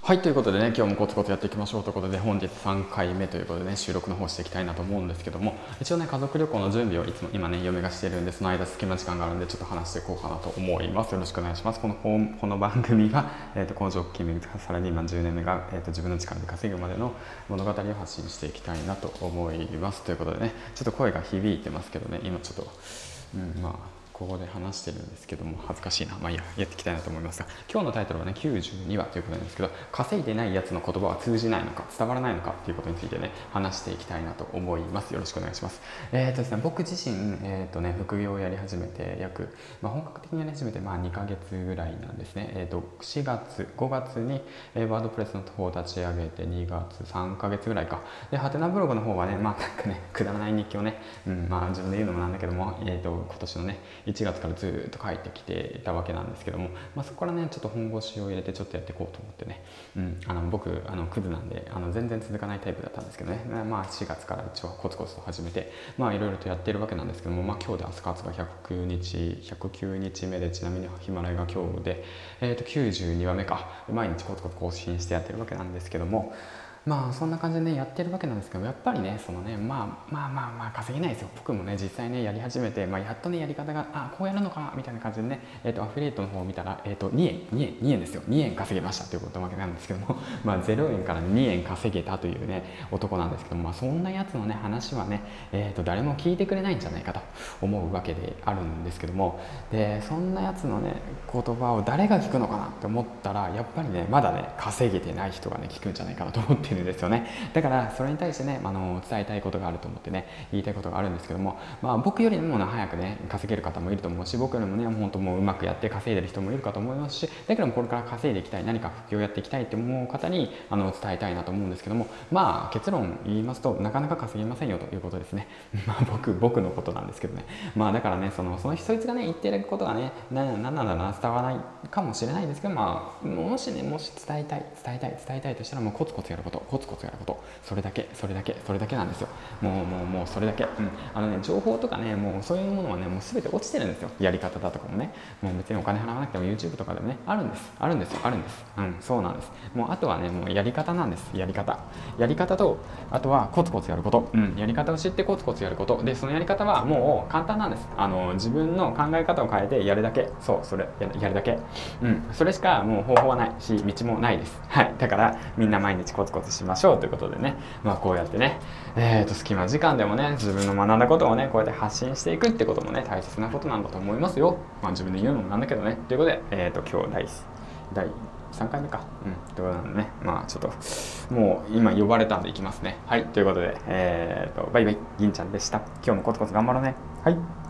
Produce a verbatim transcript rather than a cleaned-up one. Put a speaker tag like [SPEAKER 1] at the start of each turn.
[SPEAKER 1] はい、ということでね、今日もコツコツやっていきましょうということで、本日さんかいめということでね、収録の方していきたいなと思うんですけども、一応ね、家族旅行の準備をいつも今ね、嫁がしているんで、その間隙間時間があるんで、ちょっと話していこうかなと思います。よろしくお願いします。このこの番組は、えーと、工場勤務サラリーマンじゅうねんめが、えーと、自分の力で稼ぐまでの物語を発信していきたいなと思います。ということでね、ちょっと声が響いてますけどね、今ちょっと、うん、まあ、ここで話してるんですけども恥ずかしいな、まあいいや、やっていきたいなと思いますが、今日のタイトルはねきゅうじゅうにわということなんですけど、稼いでないやつの言葉は通じないのか伝わらないのかということについてね話していきたいなと思います。よろしくお願いします。えーとですね、僕自身、えーとね、副業をやり始めて約、まあ、本格的にやり始めてまあにかげつぐらいなんですね。えーとしがつごがつに、えー、ワードプレスの方を立ち上げてにがつさんかげつぐらいかで、ハテナブログの方はね、まあなんかねくだらない日記をね、うん、まあ自分で言うのもなんだけども、えーと今年のねいちがつからずっと書いてきていたわけなんですけども、まあ、そこからねちょっと本腰を入れてちょっとやっていこうと思ってね、うん、あの僕あのクズなんであの全然続かないタイプだったんですけどね、まあ、しがつから一応コツコツと始めてまあいろいろとやってるわけなんですけども、まあ、今日で明日か明日がひゃくきゅうにちひゃくきゅうにちめで、ちなみにヒマラヤが今日で、えー、ときゅうじゅうにわめか、毎日コツコツ更新してやってるわけなんですけども、まあそんな感じでねやってるわけなんですけど、やっぱりねそのねまあまあまあまあ稼げないですよ。僕もね実際ねやり始めて、まあ、やっとねやり方があこうやるのかみたいな感じでね、えー、とアフィリエイトの方を見たら、えー、とにえんにえんにえんですよ、にえん稼げましたということわけなんですけどもまあゼロえんからにえん稼げたというね男なんですけども、まあ、そんなやつのね話はね、えー、と誰も聞いてくれないんじゃないかと思うわけであるんですけども、でそんなやつのね言葉を誰が聞くのかなって思ったら、やっぱりねまだね稼げてない人がね聞くんじゃないかなと思ってるんですよね。だからそれに対してね、あの伝えたいことがあると思ってね言いたいことがあるんですけども、まあ、僕よりも、ね、早くね稼げる方もいると思うし、僕よりもね本当もううまくやって稼いでる人もいるかと思いますし、だけどもこれから稼いでいきたい、何か副業やっていきたいって思う方にあの伝えたいなと思うんですけども、まあ結論言いますとなかなか稼げませんよということですね。まあ僕僕のことなんですけどね、まあだからねそのそのそいつがね言ってることがねななんなんだろうな伝わらないかもしれないですけど、まあもしねもし伝えたい伝えたい伝えたいとしたらもうコツコツやることコツコツやること、それだけそれだけそれだけなんですよ。もうもうもうそれだけ、うん、あのね情報とかねもうそういうものはねもう全て落ちてるんですよ。やり方だとかもね、もう別にお金払わなくても YouTube とかでもねあるんですあるんですよあるんです、うん、そうなんです。もうあとはねもうやり方なんです。やり方やり方と、あとはコツコツやること、うん、やり方を知ってコツコツやることで、そのやり方はもう簡単なんです。あの自分の考え方を変えてやるだけ、そうそれ や, やるだけ、うん、それしかもう方法はないし道もないです。はい、だからみんな毎日コツコツしましょうということでね、まあこうやってね、えーと隙間時間でもね自分の学んだことをねこうやって発信していくってこともね大切なことなんだと思いますよ。まあ自分で言うのもなんだけどね。ということで、えーと今日第第さんかいめか、うん、ということなんでね、まあちょっともう今呼ばれたんで行きますね。はい、ということで、えーとバイバイ、銀ちゃんでした。今日もコツコツ頑張ろうね。はい。